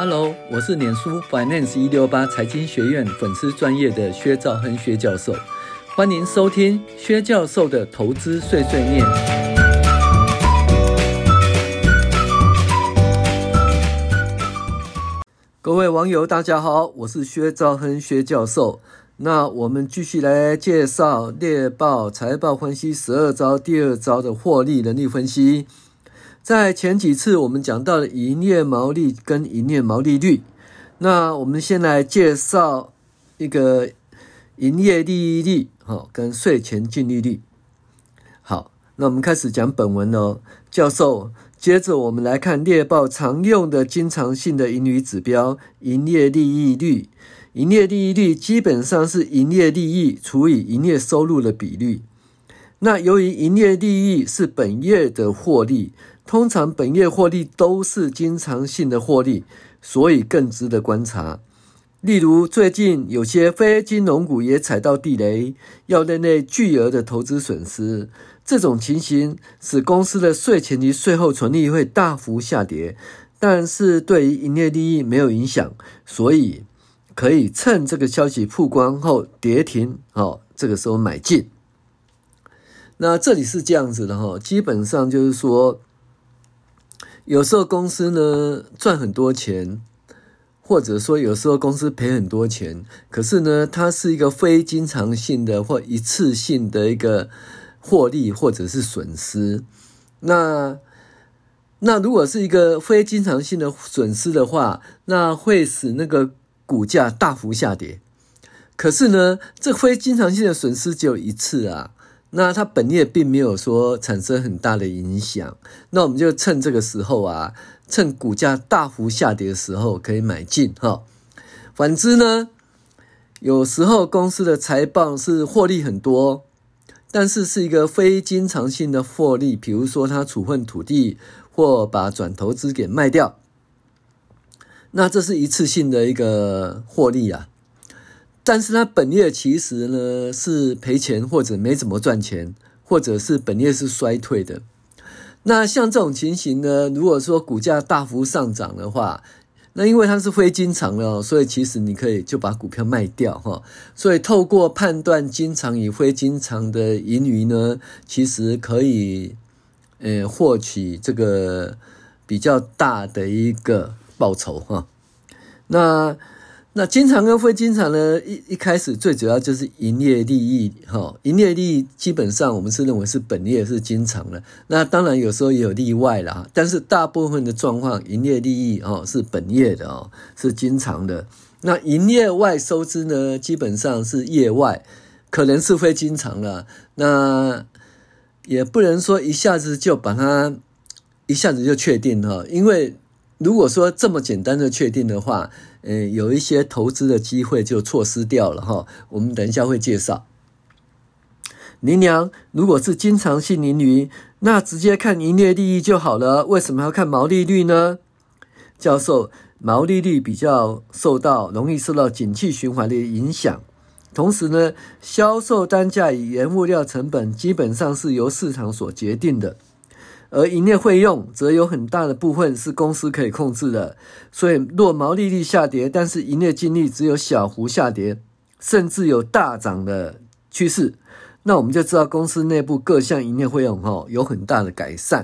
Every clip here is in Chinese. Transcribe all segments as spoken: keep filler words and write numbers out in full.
Hello， 我是脸书 Finance 一六八财经学院粉丝专业的薛兆亨薛教授，欢迎收听薛教授的投资碎碎念。各位网友大家好，我是薛兆亨薛教授。那我们继续来介绍猎豹财报分析十二招第二招的获利能力分析。在前几次我们讲到了营业毛利跟营业毛利率，那我们先来介绍一个营业利益率跟税前净利率。好，那我们开始讲本文哦。教授，接着我们来看猎豹常用的经常性的盈余指标营业利益率。营业利益率基本上是营业利益除以营业收入的比率。那由于营业利益是本业的获利，通常本业获利都是经常性的获利，所以更值得观察。例如最近有些非金融股也踩到地雷，要认列巨额的投资损失，这种情形使公司的税前及税后纯利会大幅下跌，但是对于营业利益没有影响，所以可以趁这个消息曝光后跌停，哦，这个时候买进。那这里是这样子的哈，基本上就是说，有时候公司呢赚很多钱，或者说有时候公司赔很多钱，可是呢它是一个非经常性的或一次性的一个获利或者是损失。那那如果是一个非经常性的损失的话，那会使那个股价大幅下跌。可是呢这非经常性的损失只有一次啊，那它本业并没有说产生很大的影响，那我们就趁这个时候啊，趁股价大幅下跌的时候可以买进哈。反之呢，有时候公司的财报是获利很多，但是是一个非经常性的获利，比如说它处分土地或把转投资给卖掉，那这是一次性的一个获利啊。但是它本业其实呢是赔钱或者没怎么赚钱，或者是本业是衰退的。那像这种情形呢，如果说股价大幅上涨的话，那因为它是非经常的哦，所以其实你可以就把股票卖掉哈。所以透过判断经常与非经常的盈余呢，其实可以呃获取这个比较大的一个报酬哈。那那经常跟非经常呢，一一开始最主要就是营业利益哈，营业利益基本上我们是认为是本业是经常的，那当然有时候也有例外啦，但是大部分的状况营业利益哦是本业的哦，是经常的。那营业外收支呢，基本上是业外，可能是非经常了，那也不能说一下子就把它一下子就确定哈，因为如果说这么简单的确定的话，呃，有一些投资的机会就错失掉了哈。我们等一下会介绍。林娘，如果是经常性盈余，那直接看营业利益就好了，为什么要看毛利率呢？教授，毛利率比较受到容易受到景气循环的影响，同时呢，销售单价与原物料成本基本上是由市场所决定的。而营业费用则有很大的部分是公司可以控制的，所以若毛利率下跌，但是营业净利只有小幅下跌，甚至有大涨的趋势，那我们就知道公司内部各项营业费用齁有很大的改善。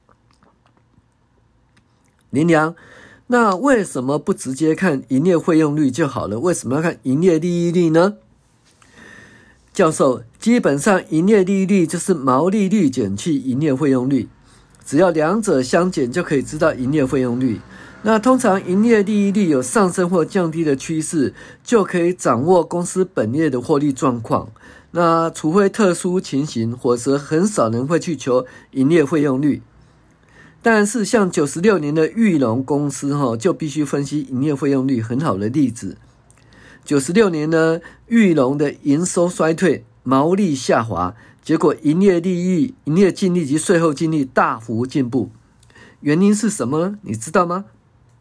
林良，那为什么不直接看营业费用率就好了？为什么要看营业利益率呢？教授，基本上营业利益率就是毛利率减去营业费用率，只要两者相减就可以知道营业费用率。那通常营业利益率有上升或降低的趋势，就可以掌握公司本业的获利状况。那除非特殊情形，否则很少人会去求营业费用率。但是像九十六年的裕隆公司就必须分析营业费用率，很好的例子。九十六年呢，裕隆的营收衰退，毛利下滑，结果营业利益、营业净利及税后净利大幅进步。原因是什么呢？你知道吗？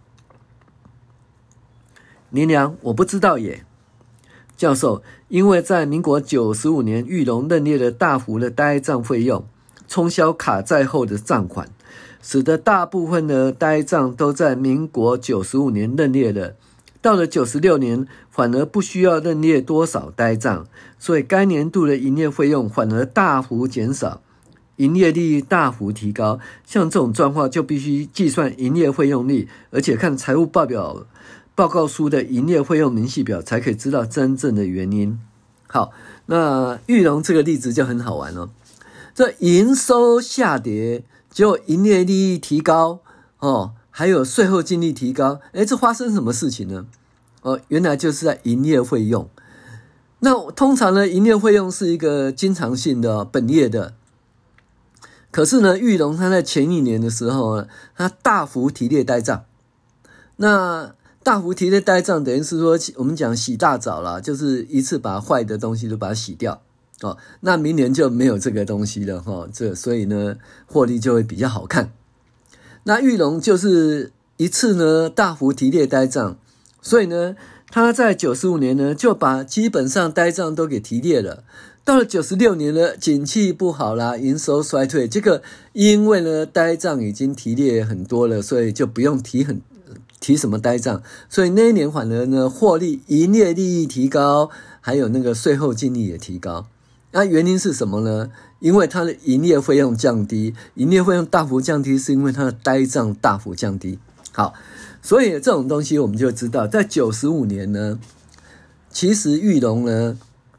林良，我不知道耶。教授，因为在民国九十五年，裕隆认列了大幅的呆账费用，冲销卡债后的账款， 使得大部分的呆账都在民国九十五年认列了。到了九十六年，反而不需要认列多少呆账，所以该年度的营业费用反而大幅减少，营业利益大幅提高。像这种状况就必须计算营业费用率，而且看财务报表报告书的营业费用明细表，才可以知道真正的原因。好，那裕隆这个例子就很好玩哦。这营收下跌，结果营业利益提高哦，还有税后净利提高，诶，这发生什么事情呢？哦，原来就是在营业费用。那通常呢，营业费用是一个经常性的、哦、本业的。可是呢，裕隆他在前一年的时候呢，他大幅提列呆账。那大幅提列呆账，等于是说我们讲洗大澡啦，就是一次把坏的东西都把它洗掉。哦，那明年就没有这个东西了哈、哦，这所以呢，获利就会比较好看。那裕隆就是一次呢大幅提列呆账，所以呢，他在九十五年呢就把基本上呆账都给提列了。到了九十六年呢，景气不好啦，营收衰退，这个因为呢呆账已经提列很多了，所以就不用提很提什么呆账，所以那一年反而呢获利、营业利益提高，还有那个税后净利也提高。那原因是什么呢？因为它的营业费用降低，营业费用大幅降低，是因为它的呆账大幅降低。好，所以这种东西我们就知道，在九十五年呢，其实裕隆呢，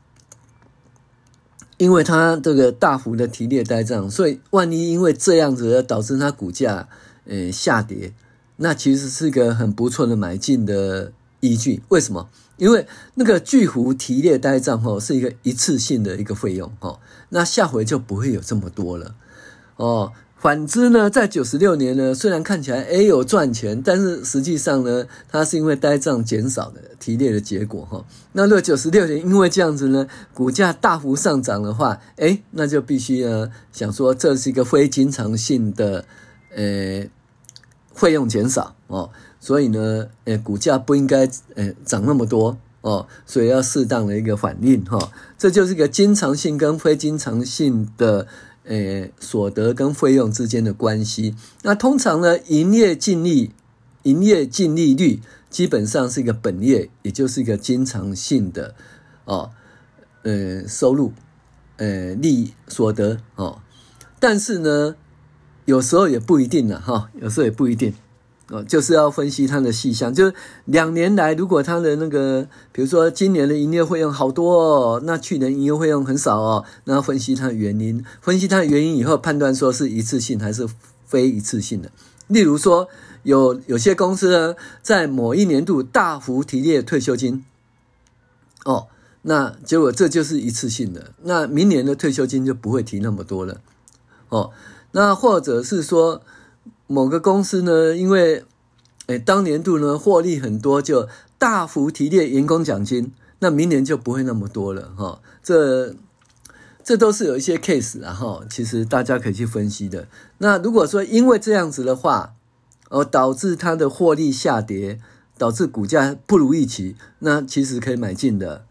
因为它这个大幅的提列呆账，所以万一因为这样子导致它股价呃下跌，那其实是一个很不错的买进的依据。为什么？因为那个巨幅提列呆账哦，是一个一次性的一个费用哦，那下回就不会有这么多了哦。反之呢，在九十六年呢，虽然看起来诶有赚钱，但是实际上呢，它是因为呆账减少的提列的结果哈、哦。那如果九十六年因为这样子呢，股价大幅上涨的话，诶，那就必须呢想说这是一个非经常性的呃费用减少哦。所以呢，呃，股价不应该呃涨那么多哦，所以要适当的一个反应哈、哦，这就是一个经常性跟非经常性的呃所得跟费用之间的关系。那通常呢，营业净利、营业净利率基本上是一个本业，也就是一个经常性的哦，呃收入、呃利所得哦，但是呢，有时候也不一定了哈、哦，有时候也不一定。哦，就是要分析它的细项，就是两年来，如果它的那个，比如说今年的营业费用好多哦，那去年营业费用很少哦，那要分析它的原因，分析它的原因以后，判断说是一次性还是非一次性的。例如说，有有些公司呢，在某一年度大幅提列退休金，哦，那结果这就是一次性的，那明年的退休金就不会提那么多了，哦，那或者是说，某个公司呢，因为诶当年度呢获利很多，就大幅提列员工奖金，那明年就不会那么多了哈、哦。这这都是有一些 case 啊哈，其实大家可以去分析的。那如果说因为这样子的话，哦导致它的获利下跌，导致股价不如预期，那其实可以买进的。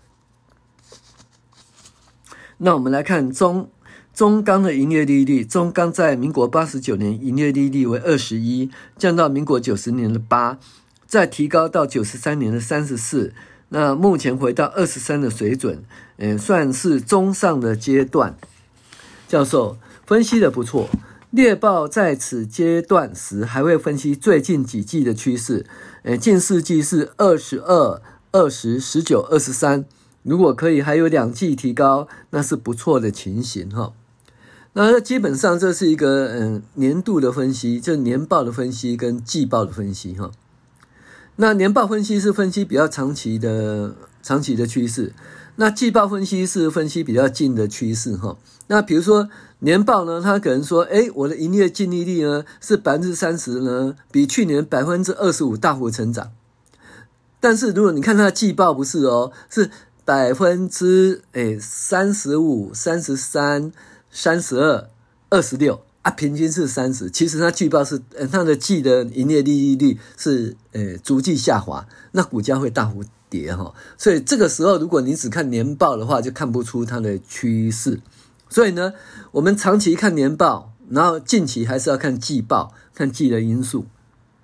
那我们来看中。中钢的营业利率，中钢在民国八十九年营业利率为二十一，降到民国九十年的八，再提高到九十三年的三十四，那目前回到二十三的水准，呃，算是中上的阶段。教授分析的不错，猎豹在此阶段时还会分析最近几季的趋势，呃，近四季是二十二、二十、十九、二十三，如果可以还有两季提高，那是不错的情形哈。那基本上这是一个嗯年度的分析，就是年报的分析跟季报的分析哈。那年报分析是分析比较长期的长期的趋势，那季报分析是分析比较近的趋势哈。那比如说年报呢，它可能说，诶，我的营业净利率呢是百分之三十呢，比去年百分之二十五大幅成长。但是如果你看它的季报不是哦，是百分之诶三十五、三十三。三十二、二十六啊，平均是三十。其实它季报是，呃，它的季的营业利率是，呃，逐季下滑，那股价会大幅跌哈。所以这个时候，如果你只看年报的话，就看不出它的趋势。所以呢，我们长期看年报， 然后近期还是要看季报，看季的因素。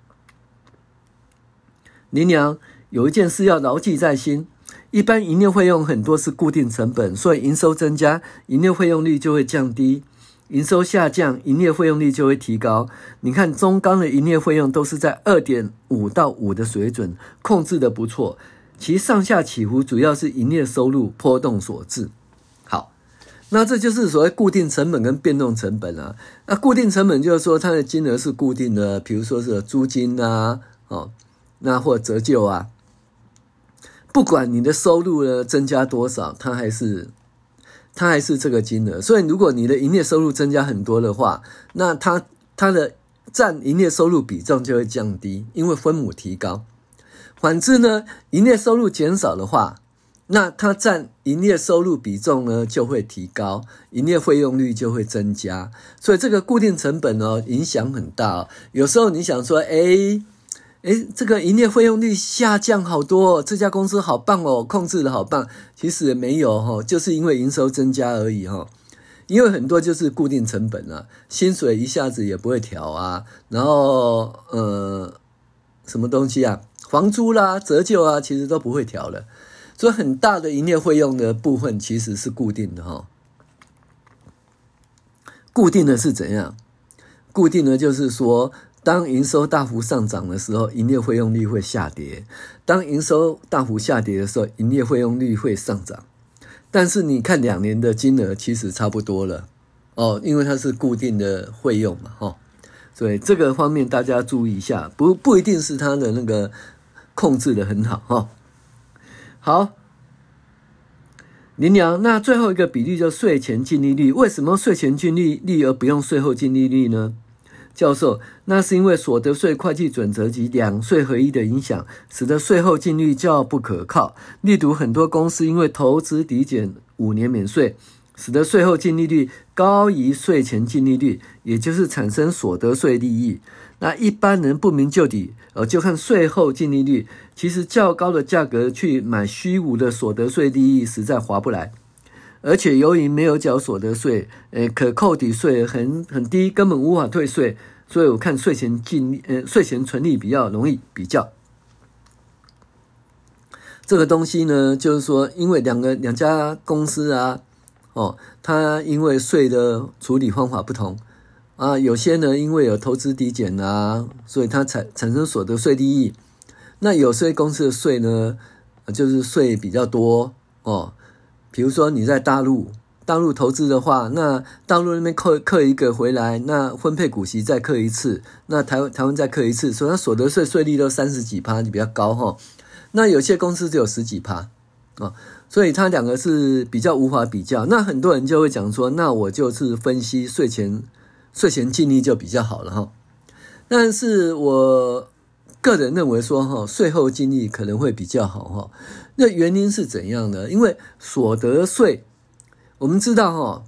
林娘有一件事要牢记在心，一般营业费用很多是固定成本，所以营收增加，营业费用率就会降低，营收下降，营业费用率就会提高。你看中钢的营业费用都是在 二点五 到五的水准，控制的不错，其上下起伏主要是营业收入波动所致。好，那这就是所谓固定成本跟变动成本啊。那固定成本就是说它的金额是固定的，比如说是租金啊，哦，那或折旧啊，不管你的收入呢增加多少，它还是它还是这个金额。所以如果你的营业收入增加很多的话，那它它的占营业收入比重就会降低，因为分母提高。反之呢，营业收入减少的话，那它占营业收入比重呢就会提高，营业费用率就会增加。所以这个固定成本哦影响很大哦。有时候你想说，诶诶这个营业费用率下降好多哦，这家公司好棒哦，控制的好棒。其实没有哦，就是因为营收增加而已哦。因为很多就是固定成本啊，薪水一下子也不会调啊，然后呃什么东西啊，房租啦、折旧啊，其实都不会调了。所以很大的营业费用的部分其实是固定的哈、哦。固定的是怎样？固定的就是说，当营收大幅上涨的时候，营业费用率会下跌；当营收大幅下跌的时候，营业费用率会上涨。但是你看两年的金额其实差不多了哦，因为它是固定的费用嘛，哈、哦，所以这个方面大家注意一下，不不一定是它的那个控制的很好哈、哦。好，林娘，那最后一个比率就税前净利率，为什么税前净利率而不用税后净利率呢？教授，那是因为所得税会计准则及两税合一的影响，使得税后净利率较不可靠。例如很多公司因为投资抵减五年免税，使得税后净利率高于税前净利率，也就是产生所得税利益。那一般人不明就里，呃，就看税后净利率，其实较高的价格去买虚无的所得税利益，实在划不来。而且由于没有缴所得税，呃，可扣抵税额很很低，根本无法退税，所以我看税前净呃税前纯利比较容易比较。这个东西呢，就是说，因为两个两家公司啊，哦，它因为税的处理方法不同啊，有些呢因为有投资抵减啊，所以它产产生所得税利益。那有些公司的税呢，就是税比较多哦。比如说你在大陆，大陆投资的话，那大陆那边扣扣一个回来，那分配股息再扣一次，那台湾台湾再扣一次，所以它所得税税率都三十几趴，比较高哈。那有些公司只有十几趴啊，所以它两个是比较无法比较。那很多人就会讲说，那我就是分析税前税前净利就比较好了哈。但是我个人认为说哈，税后净利可能会比较好哈。那原因是怎样呢？因为所得税，我们知道哈，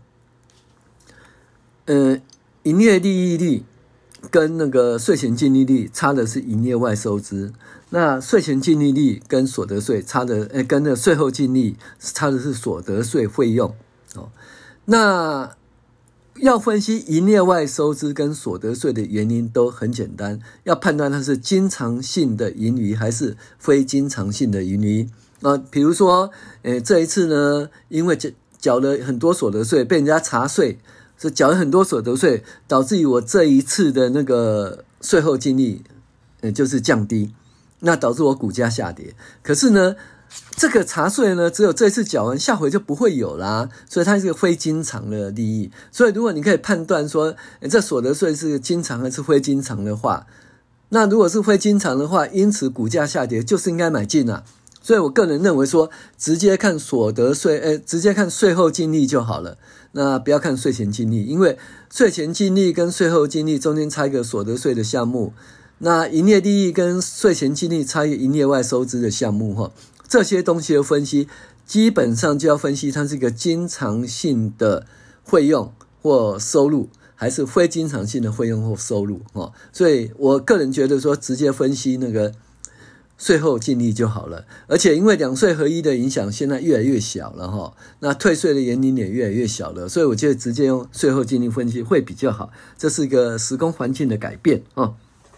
呃，营业利益率跟那个税前净利率差的是营业外收支，那税前净利率跟所得税差的，呃，跟那税后净利差的是所得税费用哦。那要分析营业外收支跟所得税的原因都很简单，要判断它是经常性的盈余还是非经常性的盈余。啊，比如说，诶，这一次呢，因为缴缴了很多所得税，被人家查税，是缴了很多所得税，导致于我这一次的那个税后净利，呃，就是降低，那导致我股价下跌。可是呢，这个查税呢，只有这次缴完，下回就不会有啦，所以它是个非经常的利益。所以如果你可以判断说，诶，这所得税是经常还是非经常的话，那如果是非经常的话，因此股价下跌，就是应该买进啊。所以我个人认为说，直接看所得税，诶，直接看税后净利就好了。那不要看税前净利，因为税前净利跟税后净利中间差一个所得税的项目，那营业利益跟税前净利差一个营业外收支的项目哈。这些东西的分析，基本上就要分析它是一个经常性的费用或收入，还是非经常性的费用或收入哈。所以我个人觉得说，直接分析那个税后净利就好了。而且因为两税合一的影响现在越来越小了哈，那退税的年龄也越来越小了，所以我觉得直接用税后净利分析会比较好，这是一个时空环境的改变啊。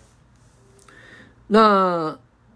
那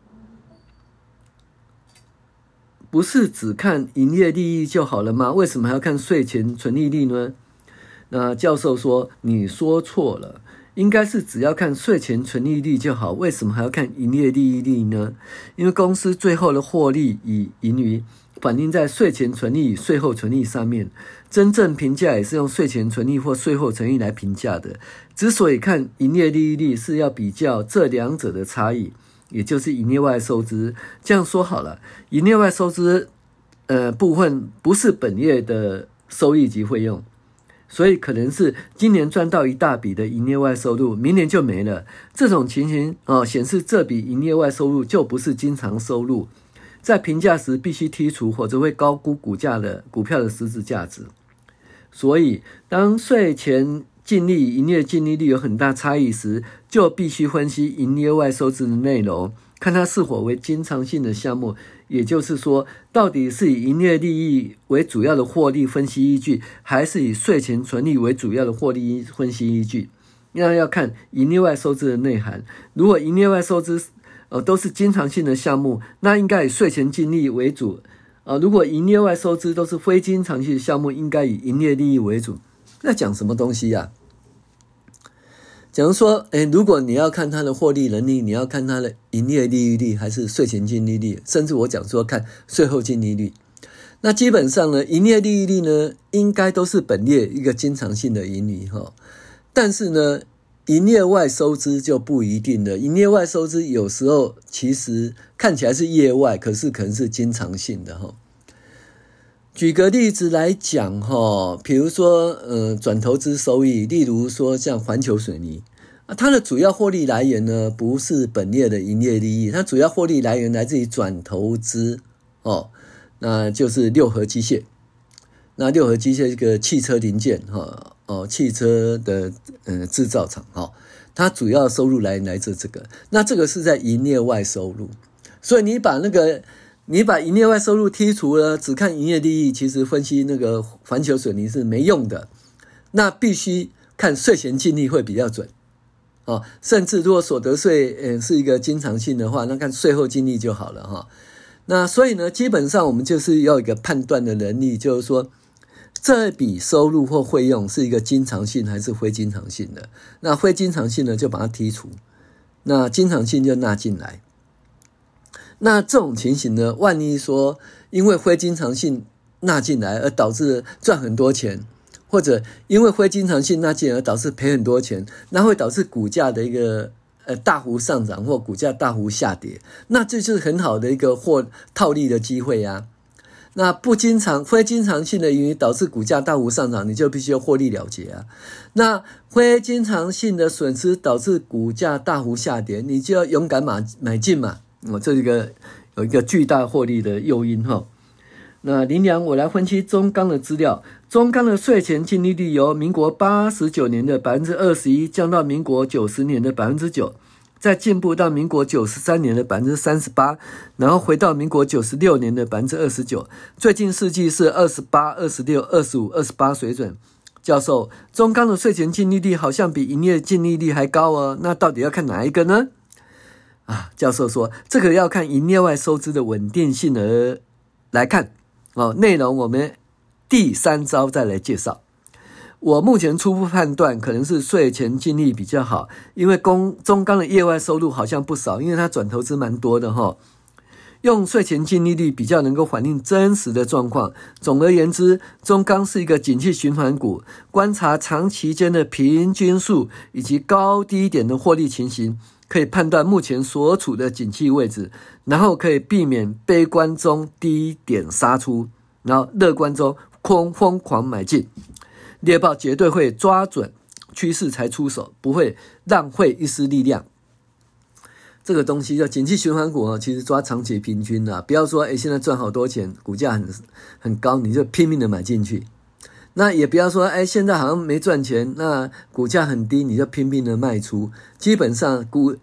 不是只看营业利益就好了吗？为什么还要看税前纯利率呢？那教授说你说错了，应该是只要看税前纯利率就好，为什么还要看营业利率呢？因为公司最后的获利与盈余反映在税前纯利与税后纯利上面，真正评价也是用税前纯利或税后纯利来评价的。之所以看营业利率，是要比较这两者的差异，也就是营业外收支。这样说好了，营业外收支呃部分不是本业的收益及费用，所以可能是今年赚到一大笔的营业外收入，明年就没了。这种情形哦，显示这笔营业外收入就不是经常收入，在评价时必须剔除，否则会高估股价的股票的实质价值。所以当税前净利、营业净利率有很大差异时，就必须分析营业外收支的内容，看它是否为经常性的项目，也就是说，到底是以营业利益为主要的获利分析依据，还是以税前纯利为主要的获利分析依据？那要看营业外收支的内涵。如果营业外收支呃都是经常性的项目，那应该以税前净利为主。呃，如果营业外收支都是非经常性的项目，应该以营业利益为主。那讲什么东西呀、啊？假如说，诶，如果你要看它的获利能力，你要看它的营业利率还是税前净利率，甚至我讲说看税后净利率。那基本上呢，营业利率呢，应该都是本业一个经常性的盈余哈。但是呢，营业外收支就不一定了。营业外收支有时候其实看起来是业外，可是可能是经常性的哈。举个例子来讲哈，比如说呃转投资收益，例如说像环球水泥啊，它的主要获利来源呢不是本业的营业利益，它主要获利来源来自于转投资哦，那就是六合机械。那六合机械这个汽车零件哈哦，汽车的呃制造厂哈，它主要收入来源来自这个，那这个是在营业外收入，所以你把那个。你把营业外收入剔除了，只看营业利益，其实分析那个环球水泥是没用的。那必须看税前净利会比较准哦。甚至如果所得税呃是一个经常性的话，那看税后净利就好了哈、哦。那所以呢，基本上我们就是要一个判断的能力，就是说这笔收入或费用是一个经常性还是非经常性的。那非经常性的就把它剔除，那经常性就纳进来。那这种情形呢，万一说因为非经常性纳进来而导致赚很多钱，或者因为非经常性纳进来而导致赔很多钱，那会导致股价的一个呃大幅上涨或股价大幅下跌，那这就是很好的一个获套利的机会啊。那不经常非经常性的原因导致股价大幅上涨，你就必须要获利了结啊。那非经常性的损失导致股价大幅下跌，你就要勇敢买买进嘛。哦，这一个有一个巨大获利的诱因哈。那林良，我来分析中钢的资料。中钢的税前净利率由民国八十九年的百分之二十一降到民国九十年的百分之九，再进步到民国九十三年的百分之三十八，然后回到民国九十六年的百分之二十九，最近世纪是二十八、二十六、二十五、二十八水准。教授，中钢的税前净利率好像比营业净利率还高哦，那到底要看哪一个呢？啊，教授说这个要看营业外收支的稳定性而来看哦。内容我们第三招再来介绍。我目前初步判断可能是税前净利比较好，因为中中钢的业外收入好像不少，因为它转投资蛮多的哈、哦。用税前净利率比较能够反映真实的状况。总而言之，中钢是一个景气循环股，观察长期间的平均数以及高低点的获利情形，可以判断目前所处的景气位置，然后可以避免悲观中低点杀出，然后乐观中空疯狂买进。猎豹绝对会抓准趋势才出手，不会浪费一丝力量。这个东西叫景气循环股哦，其实抓长期平均啦，不要说诶现在赚好多钱，股价很很高，你就拼命的买进去。那也不要说诶现在好像没赚钱，那股价很低，你就拼命的卖出。基本上股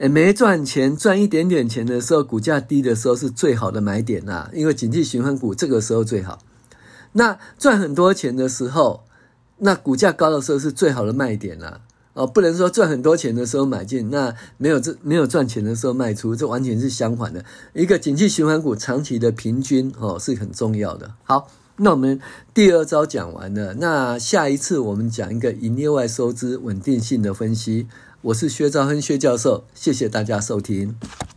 诶没赚钱，赚一点点钱的时候，股价低的时候是最好的买点啦，因为景气循环股这个时候最好。那赚很多钱的时候，那股价高的时候是最好的卖点啦。哦，不能说赚很多钱的时候买进，那没有这没有赚钱的时候卖出，这完全是相反的。一个景气循环股长期的平均哦是很重要的。好，那我们第二招讲完了，那下一次我们讲一个营业外收支稳定性的分析。我是薛兆亨薛教授，谢谢大家收听。